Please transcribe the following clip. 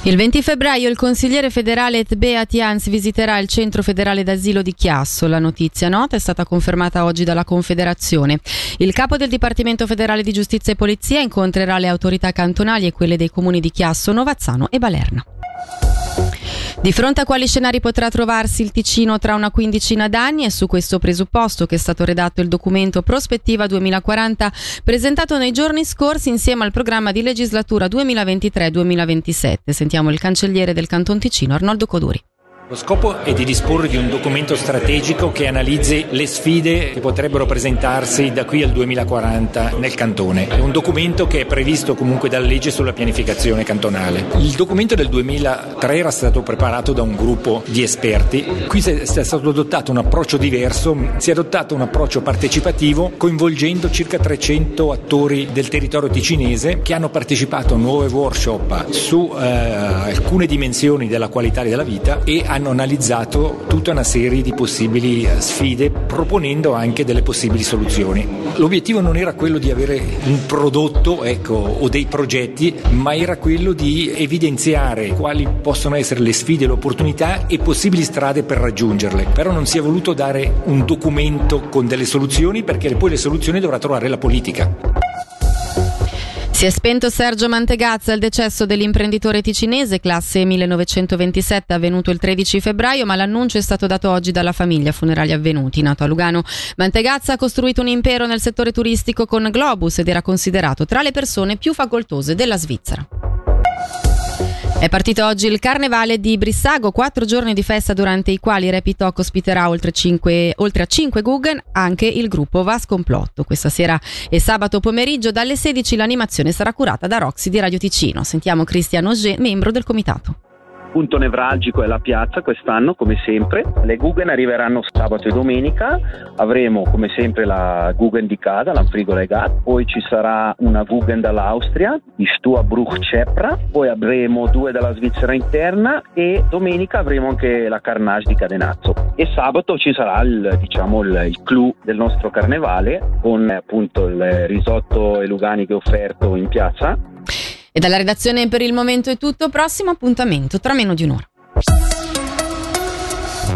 Il 20 febbraio il consigliere federale Beat Jans visiterà il centro federale d'asilo di Chiasso. La notizia nota è stata confermata oggi dalla Confederazione. Il capo del Dipartimento federale di Giustizia e Polizia incontrerà le autorità cantonali e quelle dei comuni di Chiasso, Novazzano e Balerna. Di fronte a quali scenari potrà trovarsi il Ticino tra una quindicina d'anni, è su questo presupposto che è stato redatto il documento Prospettiva 2040 presentato nei giorni scorsi insieme al programma di legislatura 2023-2027. Sentiamo il cancelliere del Canton Ticino, Arnoldo Coduri. Lo scopo è di disporre di un documento strategico che analizzi le sfide che potrebbero presentarsi da qui al 2040 nel cantone. È un documento che è previsto comunque dalla legge sulla pianificazione cantonale. Il documento del 2003 era stato preparato da un gruppo di esperti. Qui è stato adottato un approccio diverso, si è adottato un approccio partecipativo coinvolgendo circa 300 attori del territorio ticinese che hanno partecipato a nuove workshop su alcune dimensioni della qualità della vita e hanno analizzato tutta una serie di possibili sfide, proponendo anche delle possibili soluzioni. L'obiettivo non era quello di avere un prodotto, o dei progetti, ma era quello di evidenziare quali possono essere le sfide, le opportunità e possibili strade per raggiungerle. Però non si è voluto dare un documento con delle soluzioni, perché poi le soluzioni dovrà trovare la politica. Si è spento Sergio Mantegazza, il decesso dell'imprenditore ticinese, classe 1927, avvenuto il 13 febbraio, ma l'annuncio è stato dato oggi dalla famiglia. Funerali avvenuti. Nato a Lugano, Mantegazza ha costruito un impero nel settore turistico con Globus ed era considerato tra le persone più facoltose della Svizzera. È partito oggi il Carnevale di Brissago, 4 giorni di festa durante i quali Rapid Talk ospiterà oltre a 5 Guggen anche il gruppo Vas Complotto. Questa sera e sabato pomeriggio dalle 16 l'animazione sarà curata da Roxy di Radio Ticino. Sentiamo Cristian Auger, membro del comitato. Punto nevralgico è la piazza quest'anno, come sempre. Le Guggen arriveranno sabato e domenica. Avremo come sempre la Guggen di Cada, l'Anfrigo Legat. Poi ci sarà una Guggen dall'Austria, di Stua Bruch Cepra. Poi avremo 2 dalla Svizzera interna e domenica avremo anche la Carnage di Cadenazzo. E sabato ci sarà il clou del nostro carnevale con appunto il risotto e luganiche offerto in piazza. E dalla redazione per il momento è tutto, prossimo appuntamento tra meno di un'ora.